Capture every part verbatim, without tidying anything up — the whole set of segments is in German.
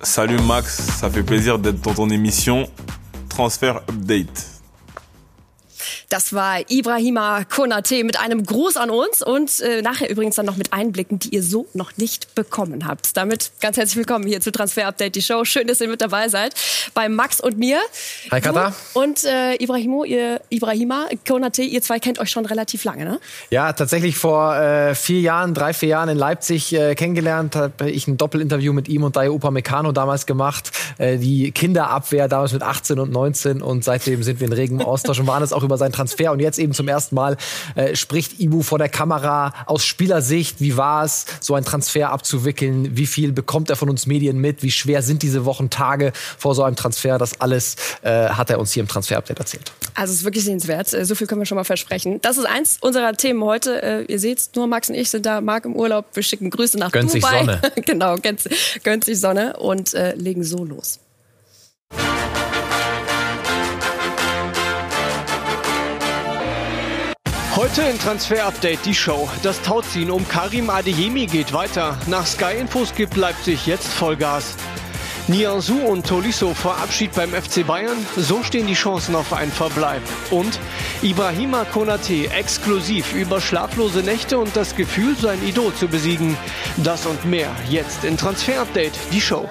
Salut Max, ça fait plaisir d'être dans ton émission Transfer Update. Das war Ibrahima Konate mit einem Gruß an uns und äh, nachher übrigens dann noch mit Einblicken, die ihr so noch nicht bekommen habt. Damit ganz herzlich willkommen hier zu Transfer Update, die Show. Schön, dass ihr mit dabei seid bei Max und mir. Hi Katha. Und äh, Ibrahimo, ihr, Ibrahima Konate, ihr zwei kennt euch schon relativ lange, ne? Ja, tatsächlich vor äh, vier Jahren, drei, vier Jahren in Leipzig äh, kennengelernt. Habe ich ein Doppelinterview mit ihm und Dayot Upamecano damals gemacht. Äh, die Kinderabwehr damals mit achtzehn und neunzehn und seitdem sind wir in regem Austausch und waren es auch über seinen Transfer. Und jetzt eben zum ersten Mal äh, spricht Ibu vor der Kamera aus Spielersicht. Wie war es, so einen Transfer abzuwickeln? Wie viel bekommt er von uns Medien mit? Wie schwer sind diese Wochen, Tage vor so einem Transfer? Das alles äh, hat er uns hier im Transfer-Update erzählt. Also es ist wirklich sehenswert. So viel können wir schon mal versprechen. Das ist eins unserer Themen heute. Ihr seht's, nur Max und ich sind da. Marc im Urlaub. Wir schicken Grüße nach gönnt Dubai. Gönnt sich Sonne. Genau, gönnt, gönnt sich Sonne und äh, legen so los. Heute in Transfer Update die Show. Das Tauziehen um Karim Adeyemi geht weiter. Nach Sky Infos gibt Leipzig jetzt Vollgas. Nianzou und Tolisso vor Abschied beim F C Bayern. So stehen die Chancen auf einen Verbleib. Und Ibrahima Konate exklusiv über schlaflose Nächte und das Gefühl, sein Idol zu besiegen. Das und mehr jetzt in Transfer Update die Show.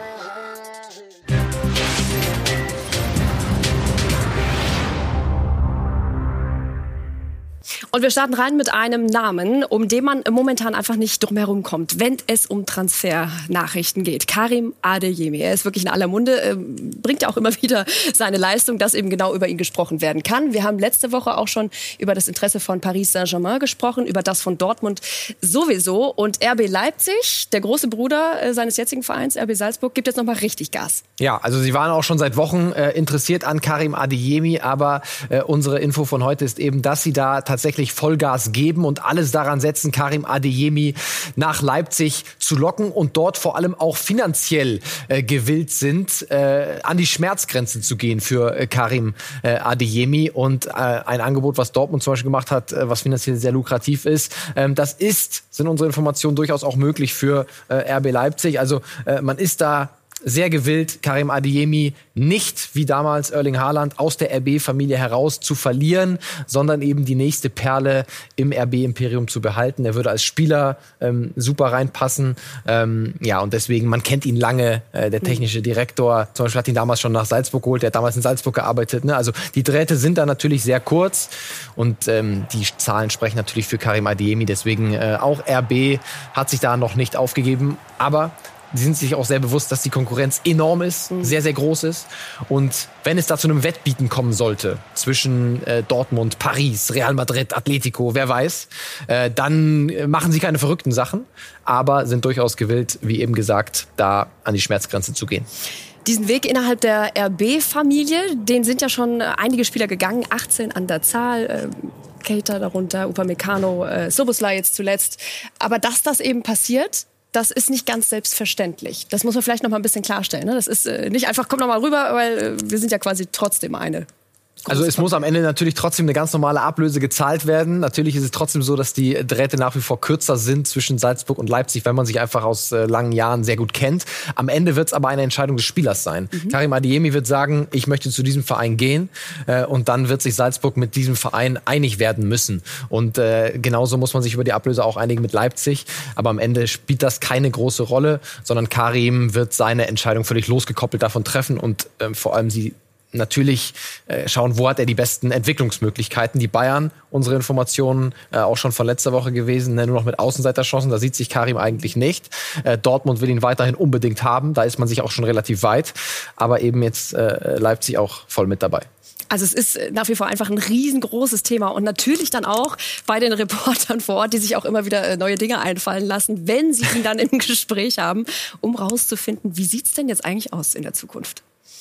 Und wir starten rein mit einem Namen, um den man momentan einfach nicht drumherum kommt, wenn es um Transfernachrichten geht. Karim Adeyemi. Er ist wirklich in aller Munde, äh, bringt ja auch immer wieder seine Leistung, dass eben genau über ihn gesprochen werden kann. Wir haben letzte Woche auch schon über das Interesse von Paris Saint-Germain gesprochen, über das von Dortmund sowieso. Und R B Leipzig, der große Bruder äh, seines jetzigen Vereins, R B Salzburg, gibt jetzt nochmal richtig Gas. Ja, also sie waren auch schon seit Wochen äh, interessiert an Karim Adeyemi, aber äh, unsere Info von heute ist eben, dass sie da tatsächlich Vollgas geben und alles daran setzen, Karim Adeyemi nach Leipzig zu locken und dort vor allem auch finanziell äh, gewillt sind, äh, an die Schmerzgrenze zu gehen für äh, Karim äh, Adeyemi. Und äh, ein Angebot, was Dortmund zum Beispiel gemacht hat, äh, was finanziell sehr lukrativ ist, ähm, das ist, sind unsere Informationen durchaus auch möglich für äh, R B Leipzig. Also äh, man ist da sehr gewillt, Karim Adeyemi nicht wie damals Erling Haaland aus der R B-Familie heraus zu verlieren, sondern eben die nächste Perle im R B-Imperium zu behalten. Er würde als Spieler ähm, super reinpassen. Ähm, ja, und deswegen, man kennt ihn lange, äh, der technische Direktor, zum Beispiel hat ihn damals schon nach Salzburg geholt, der hat damals in Salzburg gearbeitet. Ne? Also die Drähte sind da natürlich sehr kurz und ähm, die Zahlen sprechen natürlich für Karim Adeyemi. Deswegen äh, auch R B hat sich da noch nicht aufgegeben, aber die sind sich auch sehr bewusst, dass die Konkurrenz enorm ist, mhm. sehr, sehr groß ist. Und wenn es da zu einem Wettbieten kommen sollte zwischen äh, Dortmund, Paris, Real Madrid, Atletico, wer weiß, äh, dann machen sie keine verrückten Sachen, aber sind durchaus gewillt, wie eben gesagt, da an die Schmerzgrenze zu gehen. Diesen Weg innerhalb der R B-Familie, den sind ja schon einige Spieler gegangen, achtzehn an der Zahl. Äh Keita darunter, Upamecano, äh, Szoboszlai jetzt zuletzt. Aber dass das eben passiert, das ist nicht ganz selbstverständlich. Das muss man vielleicht noch mal ein bisschen klarstellen. Ne? Das ist äh, nicht einfach, komm noch mal rüber, weil äh, wir sind ja quasi trotzdem eine. Also es muss am Ende natürlich trotzdem eine ganz normale Ablöse gezahlt werden. Natürlich ist es trotzdem so, dass die Drähte nach wie vor kürzer sind zwischen Salzburg und Leipzig, weil man sich einfach aus äh, langen Jahren sehr gut kennt. Am Ende wird es aber eine Entscheidung des Spielers sein. Mhm. Karim Adeyemi wird sagen, ich möchte zu diesem Verein gehen. Äh, und dann wird sich Salzburg mit diesem Verein einig werden müssen. Und äh, genauso muss man sich über die Ablöse auch einigen mit Leipzig. Aber am Ende spielt das keine große Rolle, sondern Karim wird seine Entscheidung völlig losgekoppelt davon treffen und äh, vor allem sie natürlich äh, schauen, wo hat er die besten Entwicklungsmöglichkeiten. Die Bayern, unsere Informationen äh, auch schon von letzter Woche gewesen, ne, nur noch mit Außenseiterchancen, da sieht sich Karim eigentlich nicht. Äh, Dortmund will ihn weiterhin unbedingt haben, da ist man sich auch schon relativ weit, aber eben jetzt äh, Leipzig auch voll mit dabei. Also es ist nach wie vor einfach ein riesengroßes Thema und natürlich dann auch bei den Reportern vor Ort, die sich auch immer wieder neue Dinge einfallen lassen, wenn sie ihn dann im Gespräch haben, um rauszufinden, wie sieht's denn jetzt eigentlich aus in der Zukunft?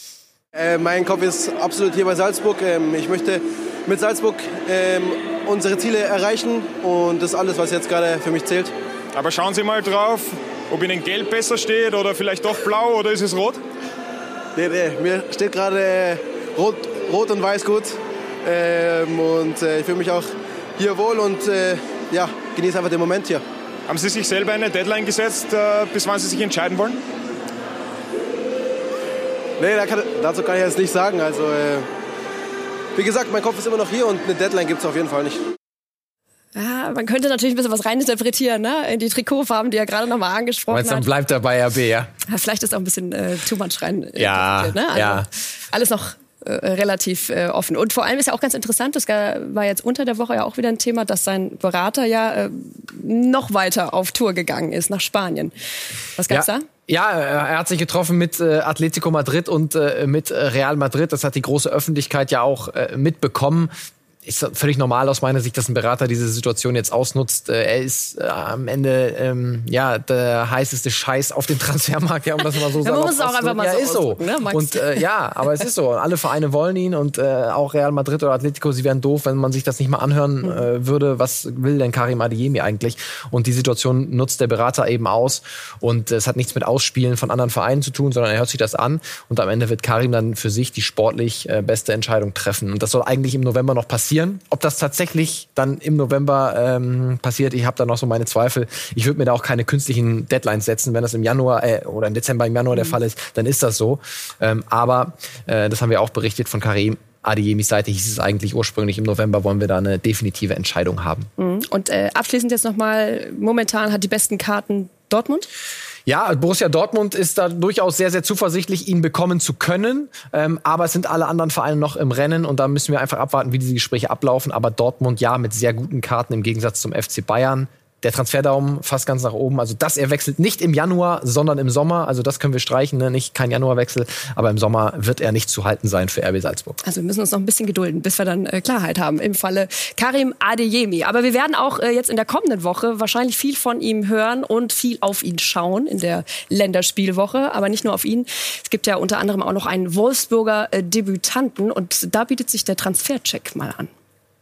Äh, mein Kopf ist absolut hier bei Salzburg. Ähm, ich möchte mit Salzburg ähm, unsere Ziele erreichen und das ist alles, was jetzt gerade für mich zählt. Aber schauen Sie mal drauf, ob Ihnen Gelb besser steht oder vielleicht doch Blau oder ist es Rot? Nee, nee, mir steht gerade äh, Rot, Rot und Weiß gut ähm, und äh, ich fühle mich auch hier wohl und äh, ja, genieße einfach den Moment hier. Haben Sie sich selber eine Deadline gesetzt, äh, bis wann Sie sich entscheiden wollen? Nee, da kann, dazu kann ich jetzt nicht sagen. Also, äh, wie gesagt, mein Kopf ist immer noch hier und eine Deadline gibt es auf jeden Fall nicht. Ja, man könnte natürlich ein bisschen was reininterpretieren, ne? In die Trikotfarben, die er gerade nochmal angesprochen Meinst, hat. dann bleibt er bei R B, ja? Ja, vielleicht ist auch ein bisschen äh, too much rein. Ja, ne? Also, ja. Alles noch äh, relativ äh, offen. Und vor allem ist ja auch ganz interessant, das war jetzt unter der Woche ja auch wieder ein Thema, dass sein Berater ja äh, noch weiter auf Tour gegangen ist, nach Spanien. Was gab's ja. da? Ja, er hat sich getroffen mit äh, Atletico Madrid und äh, mit Real Madrid. Das hat die große Öffentlichkeit ja auch äh, mitbekommen. Ist völlig normal aus meiner Sicht, dass ein Berater diese Situation jetzt ausnutzt. Er ist äh, am Ende ähm, ja der heißeste Scheiß auf dem Transfermarkt, ja, um das mal so zu sagen. Man muss es auch einfach mal ja, so ist so. Ne, und äh, ja, aber es ist so. Alle Vereine wollen ihn und äh, auch Real Madrid oder Atletico, sie wären doof, wenn man sich das nicht mal anhören äh, würde. Was will denn Karim Adeyemi eigentlich? Und die Situation nutzt der Berater eben aus. Und es hat nichts mit Ausspielen von anderen Vereinen zu tun, sondern er hört sich das an. Und am Ende wird Karim dann für sich die sportlich äh, beste Entscheidung treffen. Und das soll eigentlich im November noch passieren. Ob das tatsächlich dann im November ähm, passiert, ich habe da noch so meine Zweifel. Ich würde mir da auch keine künstlichen Deadlines setzen. Wenn das im Januar äh, oder im Dezember, im Januar der Fall ist, dann ist das so. Ähm, aber äh, das haben wir auch berichtet von Karim Adeyemis Seite, hieß es eigentlich ursprünglich im November, wollen wir da eine definitive Entscheidung haben. Und äh, abschließend jetzt nochmal, momentan hat die besten Karten Dortmund? Ja, Borussia Dortmund ist da durchaus sehr, sehr zuversichtlich, ihn bekommen zu können. Ähm, aber es sind alle anderen Vereine noch im Rennen und da müssen wir einfach abwarten, wie diese Gespräche ablaufen. Aber Dortmund, ja, mit sehr guten Karten im Gegensatz zum F C Bayern. Der Transferdaumen fast ganz nach oben. Also, dass er wechselt nicht im Januar, sondern im Sommer. Also, das können wir streichen, ne? Nicht kein Januarwechsel. Aber im Sommer wird er nicht zu halten sein für R B Salzburg. Also, wir müssen uns noch ein bisschen gedulden, bis wir dann äh, Klarheit haben im Falle Karim Adeyemi. Aber wir werden auch äh, jetzt in der kommenden Woche wahrscheinlich viel von ihm hören und viel auf ihn schauen in der Länderspielwoche. Aber nicht nur auf ihn. Es gibt ja unter anderem auch noch einen Wolfsburger äh, Debütanten. Und da bietet sich der Transfercheck mal an.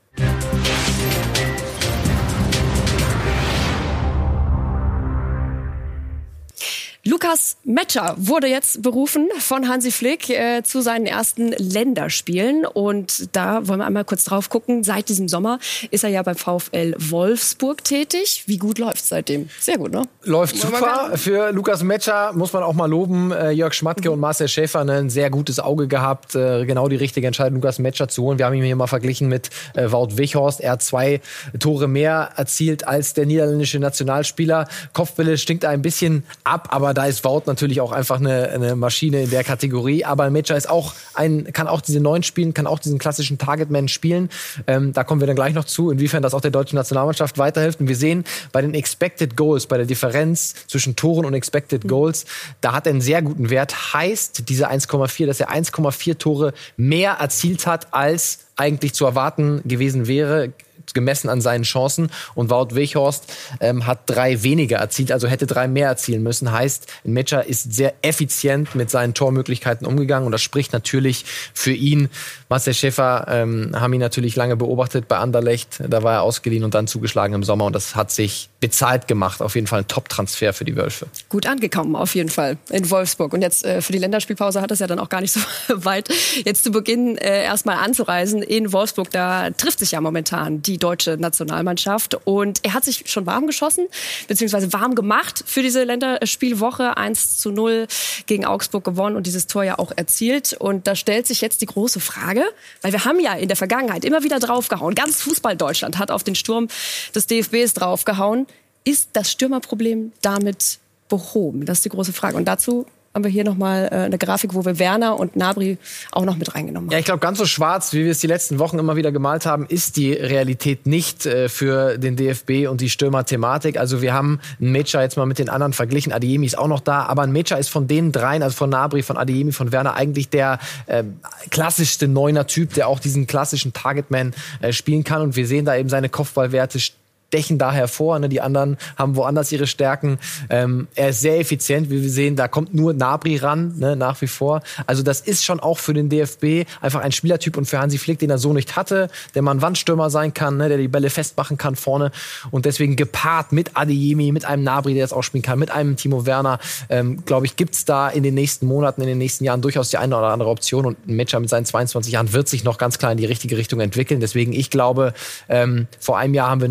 Lukas Metscher wurde jetzt berufen von Hansi Flick äh, zu seinen ersten Länderspielen. Und da wollen wir einmal kurz drauf gucken. Seit diesem Sommer ist er ja beim VfL Wolfsburg tätig. Wie gut läuft's seitdem? Sehr gut, ne? Läuft super. Für Lukas Metscher muss man auch mal loben. Äh, Jörg Schmatke mhm. und Marcel Schäfer, ne, ein sehr gutes Auge gehabt. Äh, genau die richtige Entscheidung, Lukas Metscher zu holen. Wir haben ihn hier mal verglichen mit äh, Wout Weghorst. Er hat zwei Tore mehr erzielt als der niederländische Nationalspieler. Kopfbälle stinkt ein bisschen ab, aber da ist Wout natürlich auch einfach eine, eine Maschine in der Kategorie. Aber Metscher ist auch ein, kann auch diese Neun spielen, kann auch diesen klassischen Targetman spielen. Ähm, da kommen wir dann gleich noch zu, inwiefern das auch der deutschen Nationalmannschaft weiterhilft. Und wir sehen bei den Expected Goals, bei der Differenz zwischen Toren und Expected Goals, da hat er einen sehr guten Wert. Heißt diese eins Komma vier, dass er eins Komma vier Tore mehr erzielt hat, als eigentlich zu erwarten gewesen wäre, gemessen an seinen Chancen. Und Wout Weghorst ähm, hat drei weniger erzielt, also hätte drei mehr erzielen müssen. Heißt, Metscher ist sehr effizient mit seinen Tormöglichkeiten umgegangen und das spricht natürlich für ihn. Marcel Schäfer ähm, haben ihn natürlich lange beobachtet bei Anderlecht. Da war er ausgeliehen und dann zugeschlagen im Sommer und das hat sich bezahlt gemacht. Auf jeden Fall ein Top-Transfer für die Wölfe. Gut angekommen, auf jeden Fall, in Wolfsburg. Und jetzt äh, für die Länderspielpause hat es ja dann auch gar nicht so weit, jetzt zu Beginn äh, erstmal anzureisen in Wolfsburg. Da trifft sich ja momentan die deutsche Nationalmannschaft. Und er hat sich schon warm geschossen, beziehungsweise warm gemacht für diese Länderspielwoche. eins zu null gegen Augsburg gewonnen und dieses Tor ja auch erzielt. Und da stellt sich jetzt die große Frage, weil wir haben ja in der Vergangenheit immer wieder draufgehauen. Ganz Fußball-Deutschland hat auf den Sturm des D F Bs draufgehauen. Ist das Stürmerproblem damit behoben? Das ist die große Frage. Und dazu haben wir hier nochmal äh, eine Grafik, wo wir Werner und Gnabry auch noch mit reingenommen haben. Ja, ich glaube, ganz so schwarz, wie wir es die letzten Wochen immer wieder gemalt haben, ist die Realität nicht äh, für den D F B und die Stürmer-Thematik. Also wir haben einen Metscher jetzt mal mit den anderen verglichen. Adeyemi ist auch noch da, aber ein Metscher ist von den dreien, also von Gnabry, von Adeyemi, von Werner, eigentlich der äh, klassischste Neuner-Typ, der auch diesen klassischen Targetman äh, spielen kann. Und wir sehen da eben seine Kopfballwerte stechen da hervor, ne? Die anderen haben woanders ihre Stärken. Ähm, er ist sehr effizient, wie wir sehen, da kommt nur Gnabry ran, ne? Nach wie vor. Also das ist schon auch für den D F B einfach ein Spielertyp und für Hansi Flick, den er so nicht hatte, der mal ein Wandstürmer sein kann, ne? Der die Bälle festmachen kann vorne und deswegen gepaart mit Adeyemi, mit einem Gnabry, der das auch spielen kann, mit einem Timo Werner, ähm, glaube ich, gibt's da in den nächsten Monaten, in den nächsten Jahren durchaus die eine oder andere Option und ein Metscher mit seinen zweiundzwanzig Jahren wird sich noch ganz klar in die richtige Richtung entwickeln. Deswegen, ich glaube, ähm, vor einem Jahr haben wir noch viel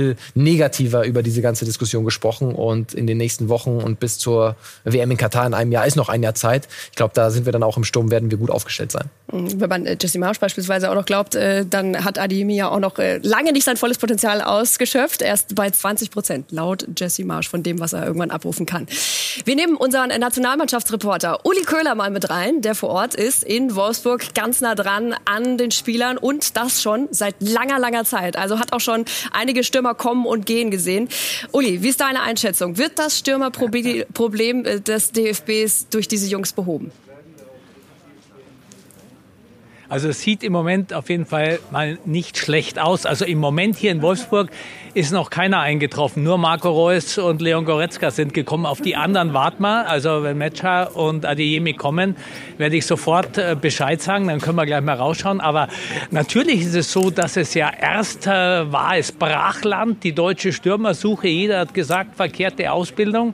viel negativer über diese ganze Diskussion gesprochen. Und in den nächsten Wochen und bis zur W M in Katar in einem Jahr ist noch ein Jahr Zeit. Ich glaube, da sind wir dann auch im Sturm, werden wir gut aufgestellt sein. Wenn man äh, Jesse Marsch beispielsweise auch noch glaubt, äh, dann hat Adeyemi ja auch noch äh, lange nicht sein volles Potenzial ausgeschöpft. Erst bei zwanzig Prozent laut Jesse Marsch von dem, was er irgendwann abrufen kann. Wir nehmen unseren Nationalmannschaftsreporter Uli Köhler mal mit rein, der vor Ort ist in Wolfsburg, ganz nah dran an den Spielern und das schon seit langer, langer Zeit. Also hat auch schon einige Stürmer kommen und gehen gesehen. Uli, wie ist deine Einschätzung? Wird das Stürmerproblem des D F Bs durch diese Jungs behoben? Also es sieht im Moment auf jeden Fall mal nicht schlecht aus. Also im Moment hier in Wolfsburg ist noch keiner eingetroffen. Nur Marco Reus und Leon Goretzka sind gekommen. Auf die anderen warten wir. Also wenn Mecha und Adeyemi kommen, werde ich sofort äh, Bescheid sagen. Dann können wir gleich mal rausschauen. Aber natürlich ist es so, dass es ja erst äh, war es Brachland, die deutsche Stürmersuche. Jeder hat gesagt, verkehrte Ausbildung.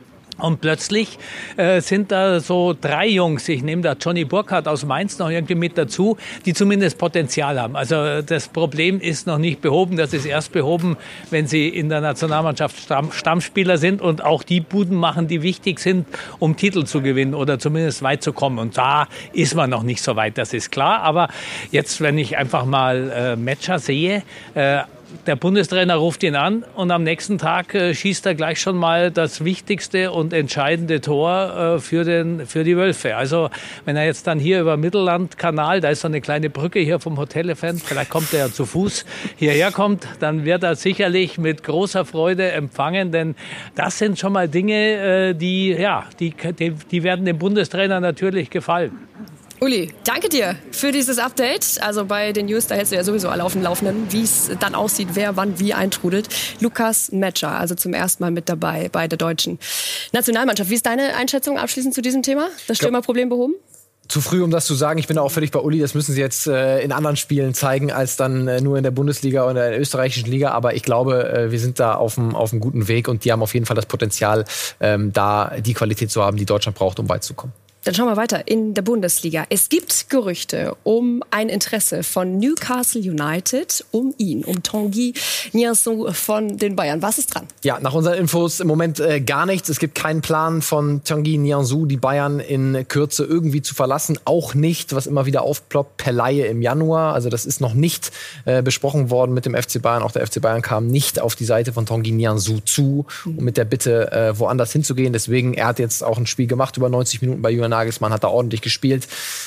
Und plötzlich äh, sind da so drei Jungs, ich nehme da Johnny Burkhardt aus Mainz noch irgendwie mit dazu, die zumindest Potenzial haben. Also das Problem ist noch nicht behoben, das ist erst behoben, wenn sie in der Nationalmannschaft Stamm, Stammspieler sind und auch die Buden machen, die wichtig sind, um Titel zu gewinnen oder zumindest weit zu kommen. Und da ist man noch nicht so weit, das ist klar. Aber jetzt, wenn ich einfach mal äh, Mecha sehe, äh, der Bundestrainer ruft ihn an und am nächsten Tag äh, schießt er gleich schon mal das wichtigste und entscheidende Tor äh, für, den, für die Wölfe. Also wenn er jetzt dann hier über Mittellandkanal, da ist so eine kleine Brücke hier vom Hotel Event, vielleicht kommt er ja zu Fuß hierher kommt, dann wird er sicherlich mit großer Freude empfangen, denn das sind schon mal Dinge, äh, die, ja, die, die, die werden dem Bundestrainer natürlich gefallen. Uli, danke dir für dieses Update. Also bei den News, da hältst du ja sowieso alle auf dem Laufenden, wie es dann aussieht, wer wann wie eintrudelt. Lukas Mecha, also zum ersten Mal mit dabei bei der deutschen Nationalmannschaft. Wie ist deine Einschätzung abschließend zu diesem Thema? Das Stürmerproblem behoben? Zu früh, um das zu sagen. Ich bin da auch völlig bei Uli. Das müssen sie jetzt äh, in anderen Spielen zeigen, als dann äh, nur in der Bundesliga oder in der österreichischen Liga. Aber ich glaube, äh, wir sind da auf einem auf einem guten Weg und die haben auf jeden Fall das Potenzial, ähm, da die Qualität zu haben, die Deutschland braucht, um weit zu kommen. Dann schauen wir weiter in der Bundesliga. Es gibt Gerüchte um ein Interesse von Newcastle United, um ihn, um Tanguy Nianzou von den Bayern. Was ist dran? Ja, nach unseren Infos im Moment äh, gar nichts. Es gibt keinen Plan von Tanguy Nianzou, die Bayern in Kürze irgendwie zu verlassen. Auch nicht, was immer wieder aufploppt, per Leihe im Januar. Also das ist noch nicht äh, besprochen worden mit dem F C Bayern. Auch der F C Bayern kam nicht auf die Seite von Tanguy Nianzou zu, um mit der Bitte äh, woanders hinzugehen. Deswegen, er hat jetzt auch ein Spiel gemacht, über neunzig Minuten bei Julian Nagelsmann, hat da ordentlich gespielt.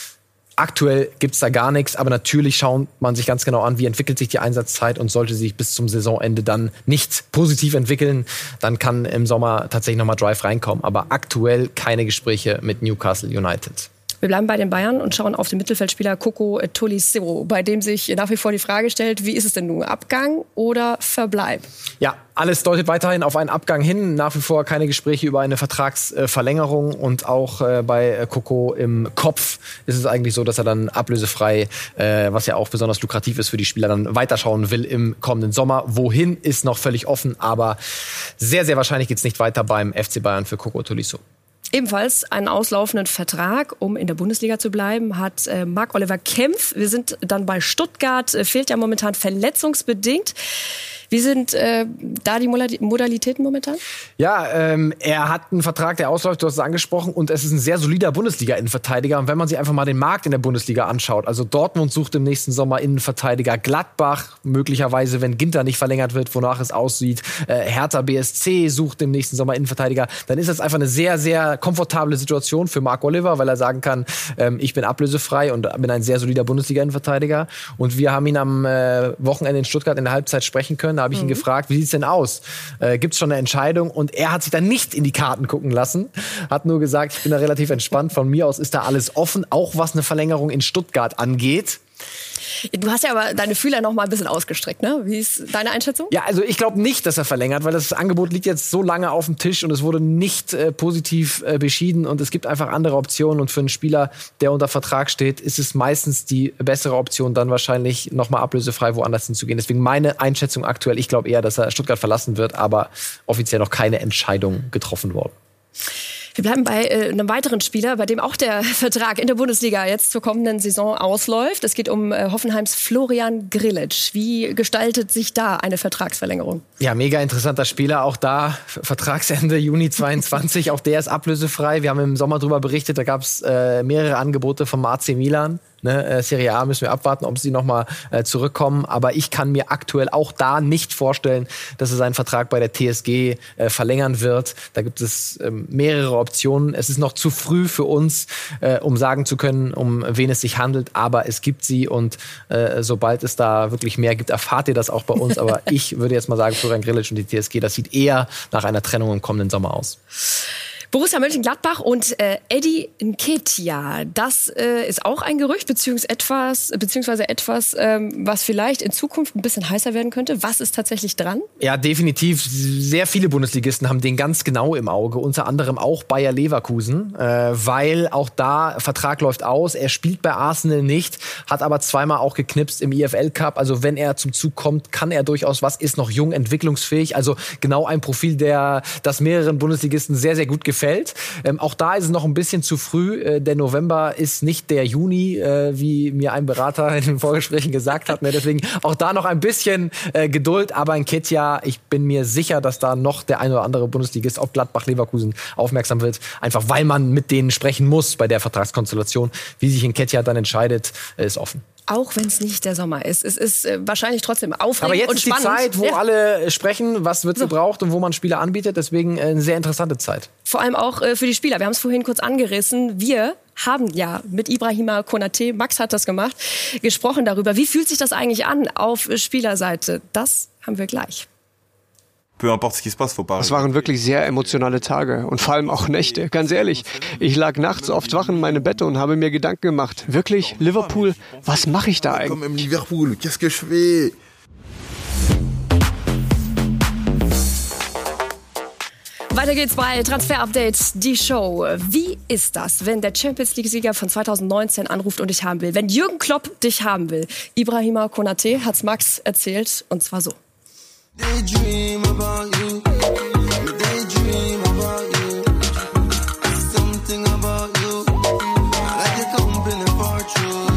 Aktuell gibt's da gar nichts, aber natürlich schaut man sich ganz genau an, wie entwickelt sich die Einsatzzeit und sollte sich bis zum Saisonende dann nicht positiv entwickeln, dann kann im Sommer tatsächlich nochmal Drive reinkommen. Aber aktuell keine Gespräche mit Newcastle United. Wir bleiben bei den Bayern und schauen auf den Mittelfeldspieler Coco Tolisso, bei dem sich nach wie vor die Frage stellt, wie ist es denn nun, Abgang oder Verbleib? Ja, alles deutet weiterhin auf einen Abgang hin. Nach wie vor keine Gespräche über eine Vertragsverlängerung und auch äh, bei Coco im Kopf ist es eigentlich so, dass er dann ablösefrei, äh, was ja auch besonders lukrativ ist für die Spieler, dann weiterschauen will im kommenden Sommer. Wohin ist noch völlig offen, aber sehr, sehr wahrscheinlich geht's nicht weiter beim F C Bayern für Coco Tolisso. Ebenfalls einen auslaufenden Vertrag, um in der Bundesliga zu bleiben, hat äh, Marc-Oliver Kempf. Wir sind dann bei Stuttgart, äh, fehlt ja momentan verletzungsbedingt. Wie sind äh, da die Modalitäten momentan? Ja, ähm, er hat einen Vertrag, der ausläuft, du hast es angesprochen, und es ist ein sehr solider Bundesliga-Innenverteidiger. Und wenn man sich einfach mal den Markt in der Bundesliga anschaut, also Dortmund sucht im nächsten Sommer Innenverteidiger, Gladbach möglicherweise, wenn Ginter nicht verlängert wird, wonach es aussieht, äh, Hertha B S C sucht im nächsten Sommer Innenverteidiger, dann ist das einfach eine sehr, sehr komfortable Situation für Marc-Oliver, weil er sagen kann, ähm, ich bin ablösefrei und bin ein sehr solider Bundesliga-Innenverteidiger. Und wir haben ihn am äh, Wochenende in Stuttgart in der Halbzeit sprechen können. Da habe ich ihn mhm. gefragt, wie sieht's denn aus? Äh, gibt's schon eine Entscheidung? Und er hat sich dann nicht in die Karten gucken lassen, hat nur gesagt, ich bin da relativ entspannt. Von mir aus ist da alles offen, auch was eine Verlängerung in Stuttgart angeht. Du hast ja aber deine Fühler noch mal ein bisschen ausgestreckt, ne? Wie ist deine Einschätzung? Ja, also ich glaube nicht, dass er verlängert, weil das Angebot liegt jetzt so lange auf dem Tisch und es wurde nicht äh, positiv äh, beschieden und es gibt einfach andere Optionen und für einen Spieler, der unter Vertrag steht, ist es meistens die bessere Option, dann wahrscheinlich noch mal ablösefrei woanders hinzugehen. Deswegen meine Einschätzung aktuell, ich glaube eher, dass er Stuttgart verlassen wird, aber offiziell noch keine Entscheidung getroffen worden. Wir bleiben bei äh, einem weiteren Spieler, bei dem auch der Vertrag in der Bundesliga jetzt zur kommenden Saison ausläuft. Es geht um äh, Hoffenheims Florian Grillitsch. Wie gestaltet sich da eine Vertragsverlängerung? Ja, mega interessanter Spieler. Auch da Vertragsende Juni zweiundzwanzig. Auch der ist ablösefrei. Wir haben im Sommer darüber berichtet, da gab es äh, mehrere Angebote vom A C Milan. Ne, äh, Serie A müssen wir abwarten, ob sie nochmal äh, zurückkommen. Aber ich kann mir aktuell auch da nicht vorstellen, dass er seinen Vertrag bei der T S G äh, verlängern wird. Da gibt es ähm, mehrere Optionen. Es ist noch zu früh für uns, äh, um sagen zu können, um wen es sich handelt. Aber es gibt sie und äh, sobald es da wirklich mehr gibt, erfahrt ihr das auch bei uns. Aber ich würde jetzt mal sagen, Florian Grillitsch und die T S G, das sieht eher nach einer Trennung im kommenden Sommer aus. Borussia Mönchengladbach und äh, Eddie Nketiah, das äh, ist auch ein Gerücht, beziehungsweise etwas, beziehungsweise etwas ähm, was vielleicht in Zukunft ein bisschen heißer werden könnte. Was ist tatsächlich dran? Ja, definitiv. Sehr viele Bundesligisten haben den ganz genau im Auge, unter anderem auch Bayer Leverkusen, äh, weil auch da Vertrag läuft aus. Er spielt bei Arsenal nicht, hat aber zweimal auch geknipst im I F L Cup. Also wenn er zum Zug kommt, kann er durchaus was, ist noch jung, entwicklungsfähig. Also genau ein Profil, der das mehreren Bundesligisten sehr, sehr gut gefällt. Ähm, auch da ist es noch ein bisschen zu früh. Äh, der November ist nicht der Juni, äh, wie mir ein Berater in den Vorgesprächen gesagt hat. Ne? Deswegen auch da noch ein bisschen äh, Geduld. Aber Nketiah, ich bin mir sicher, dass da noch der ein oder andere Bundesligist auf Gladbach Leverkusen aufmerksam wird. Einfach weil man mit denen sprechen muss bei der Vertragskonstellation. Wie sich Nketiah dann entscheidet, äh, ist offen. Auch wenn es nicht der Sommer ist. Es ist äh, wahrscheinlich trotzdem aufregend Aber jetzt und ist spannend. die Zeit, wo ja. alle sprechen, was wird gebraucht und wo man Spieler anbietet. Deswegen äh, eine sehr interessante Zeit. Vor allem auch äh, für die Spieler. Wir haben es vorhin kurz angerissen. Wir haben ja mit Ibrahima Konaté, Max hat das gemacht, gesprochen darüber. Wie fühlt sich das eigentlich an auf Spielerseite? Das haben wir gleich. Es waren wirklich sehr emotionale Tage und vor allem auch Nächte. Ganz ehrlich, ich lag nachts oft wach in meinem Bett und habe mir Gedanken gemacht. Wirklich, Liverpool, was mache ich da eigentlich? Weiter geht's bei Transfer Update, die Show. Wie ist das, wenn der Champions League-Sieger von zweitausendneunzehn anruft und dich haben will? Wenn Jürgen Klopp dich haben will? Ibrahima Konaté hat's Max erzählt und zwar so. Daydream about you. Daydream about you. Something about you. Like a company fortune.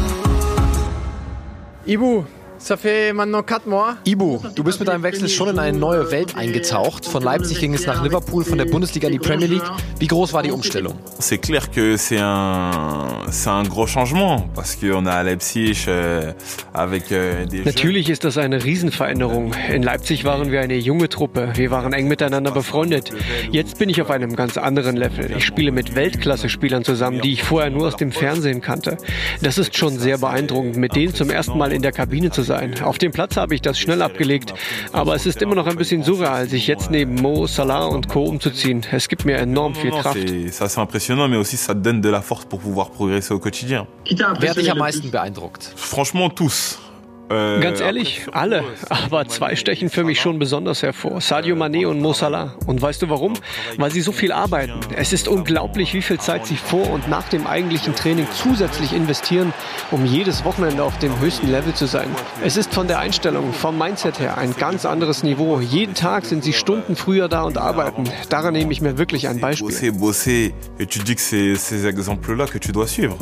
Ibu, ça fait maintenant quatre mois. Ibu, du bist mit deinem Wechsel schon in eine neue Welt eingetaucht. Von Leipzig ging es nach Liverpool, von der Bundesliga in die Premier League. Wie groß war die Umstellung? C'est clair que c'est un c'est un gros changement parce que on a à Leipzig euh, avec euh, des Natürlich ist das eine Riesenveränderung. In Leipzig waren wir eine junge Truppe. Wir waren eng miteinander befreundet. Jetzt bin ich auf einem ganz anderen Level. Ich spiele mit Weltklasse-Spielern zusammen, die ich vorher nur aus dem Fernsehen kannte. Das ist schon sehr beeindruckend, mit denen zum ersten Mal in der Kabine zu sein. Auf dem Platz habe ich das schnell abgelegt, aber es ist immer noch ein bisschen surreal, sich jetzt neben Mo, Salah und Co. umzuziehen. Es gibt mir enorm viel Kraft. Ça c'est impressionnant, mais aussi ça donne de la force pour pouvoir progresser au quotidien. Wer hat dich am meisten beeindruckt? Franchement tous. Ganz ehrlich, alle. Aber zwei stechen für mich schon besonders hervor. Sadio Mané und Mo Salah. Und weißt du warum? Weil sie so viel arbeiten. Es ist unglaublich, wie viel Zeit sie vor und nach dem eigentlichen Training zusätzlich investieren, um jedes Wochenende auf dem höchsten Level zu sein. Es ist von der Einstellung, vom Mindset her ein ganz anderes Niveau. Jeden Tag sind sie Stunden früher da und arbeiten. Daran nehme ich mir wirklich ein Beispiel. Bosser, bosser. Et tu dis que c'est ces exemples-là que tu dois suivre.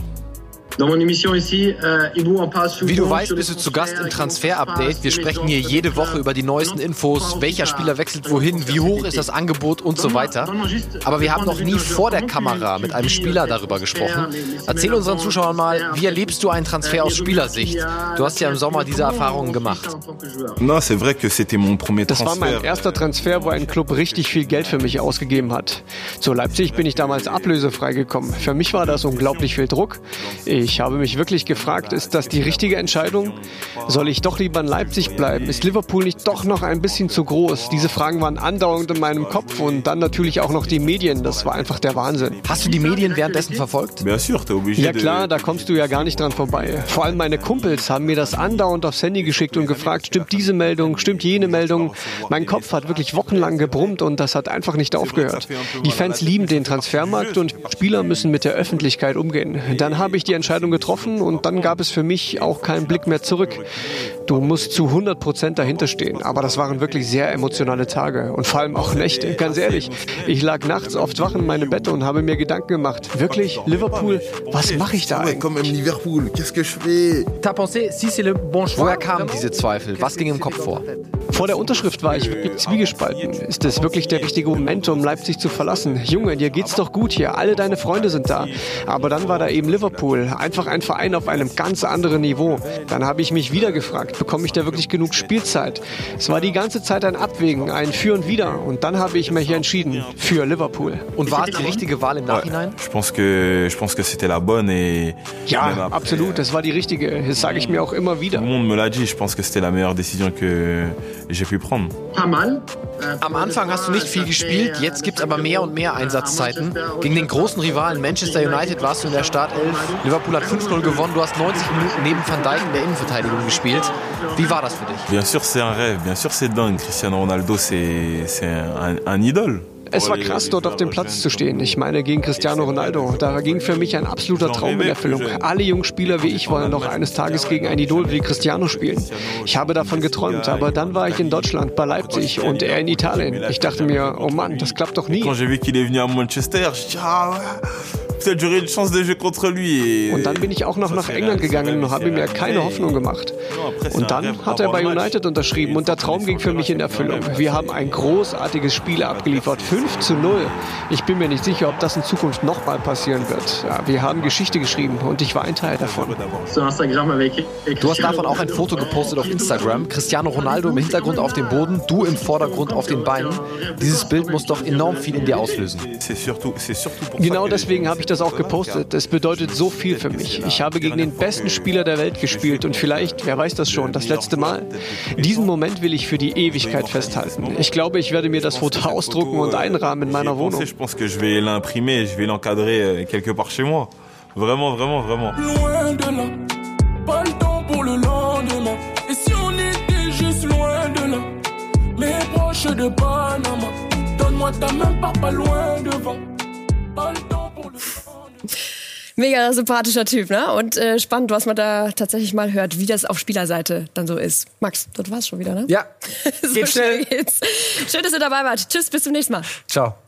Wie du weißt, bist du zu Gast im Transfer-Update. Wir sprechen hier jede Woche über die neuesten Infos, welcher Spieler wechselt wohin, wie hoch ist das Angebot und so weiter. Aber wir haben noch nie vor der Kamera mit einem Spieler darüber gesprochen. Erzähl unseren Zuschauern mal, wie erlebst du einen Transfer aus Spielersicht? Du hast ja im Sommer diese Erfahrungen gemacht. Das war mein erster Transfer, wo ein Club richtig viel Geld für mich ausgegeben hat. Zu Leipzig bin ich damals ablösefrei gekommen. Für mich war das unglaublich viel Druck. Ich habe mich wirklich gefragt, ist das die richtige Entscheidung? Soll ich doch lieber in Leipzig bleiben? Ist Liverpool nicht doch noch ein bisschen zu groß? Diese Fragen waren andauernd in meinem Kopf und dann natürlich auch noch die Medien. Das war einfach der Wahnsinn. Hast du die Medien währenddessen verfolgt? Ja klar, da kommst du ja gar nicht dran vorbei. Vor allem meine Kumpels haben mir das andauernd aufs Handy geschickt und gefragt, stimmt diese Meldung, stimmt jene Meldung? Mein Kopf hat wirklich wochenlang gebrummt und das hat einfach nicht aufgehört. Die Fans lieben den Transfermarkt und Spieler müssen mit der Öffentlichkeit umgehen. Dann habe ich die Entscheidung Entscheidung getroffen und dann gab es für mich auch keinen Blick mehr zurück. Du musst zu hundert Prozent dahinter stehen, aber das waren wirklich sehr emotionale Tage und vor allem auch Nächte. Ganz ehrlich, ich lag nachts oft wach in meinem Bett und habe mir Gedanken gemacht. Wirklich, Liverpool, was mache ich da eigentlich? Woher kamen diese Zweifel? Was ging im Kopf vor? Vor der Unterschrift war ich wirklich zwiegespalten. Ist es wirklich der richtige Moment, um Leipzig zu verlassen? Junge, dir geht's doch gut hier, alle deine Freunde sind da. Aber dann war da eben Liverpool, einfach ein Verein auf einem ganz anderen Niveau. Dann habe ich mich wieder gefragt, bekomme ich da wirklich genug Spielzeit? Es war die ganze Zeit ein Abwägen, ein Für und Wider. Und dann habe ich mich entschieden für Liverpool. Und war es die richtige Wahl im Nachhinein? Je pense que, je pense que c'était la bonne et ja, absolut, das war die richtige. Das sage ich mir auch immer wieder. Tout le monde me l'a dit, je pense que c'était la meilleure décision que j'ai pu prendre. Am Anfang hast du nicht viel gespielt, jetzt gibt es aber mehr und mehr Einsatzzeiten. Gegen den großen Rivalen Manchester United warst du in der Startelf. Liverpool hat fünf null gewonnen, du hast neunzig Minuten neben Van Dijk in der Innenverteidigung gespielt. Wie war das für dich? Bien sûr, c'est un rêve, bien sûr, c'est dingue. Cristiano Ronaldo, c'est, c'est un, un idole. Es war krass, dort auf dem Platz zu stehen. Ich meine, gegen Cristiano Ronaldo. Da ging für mich ein absoluter Traum in Erfüllung. Alle jungen Spieler wie ich wollen doch eines Tages gegen ein Idol wie Cristiano spielen. Ich habe davon geträumt, aber dann war ich in Deutschland, bei Leipzig und er in Italien. Ich dachte mir, oh Mann, das klappt doch nie. Quand j'ai vu qu'il est venu à Manchester, je dis ah ouais. Peut-être j'aurais une chance de jouer contre lui. Und dann bin ich auch noch nach England gegangen und habe mir keine Hoffnung gemacht. Und dann hat er bei United unterschrieben und der Traum ging für mich in Erfüllung. Wir haben ein großartiges Spiel abgeliefert, fünf zu null. Ich bin mir nicht sicher, ob das in Zukunft nochmal passieren wird. Ja, wir haben Geschichte geschrieben und ich war ein Teil davon. Du hast davon auch ein Foto gepostet auf Instagram. Cristiano Ronaldo im Hintergrund auf dem Boden, du im Vordergrund auf den Beinen. Dieses Bild muss doch enorm viel in dir auslösen. Genau deswegen habe ich das auch gepostet. Es bedeutet so viel für mich. Ich habe gegen den besten Spieler der Welt gespielt und vielleicht, wer weiß das schon, das letzte Mal. Diesen Moment will ich für die Ewigkeit festhalten. Ich glaube, ich werde mir das Foto ausdrucken und einrahmen in meiner Wohnung. Je pense que je vais l'imprimer, je vais l'encadrer quelque part chez moi. Vraiment, vraiment, vraiment. Loin de là, pas le temps pour le lendemain. Et si on était juste loin de là, mes proches de Panama, donne-moi ta main, pars pas loin devant. Pas le temps pour le Mega sympathischer Typ, ne? Und äh, spannend, was man da tatsächlich mal hört, wie das auf Spielerseite dann so ist. Max, das war's schon wieder, ne? Ja, so geht schnell. Geht's. Schön, dass ihr dabei wart. Tschüss, bis zum nächsten Mal. Ciao.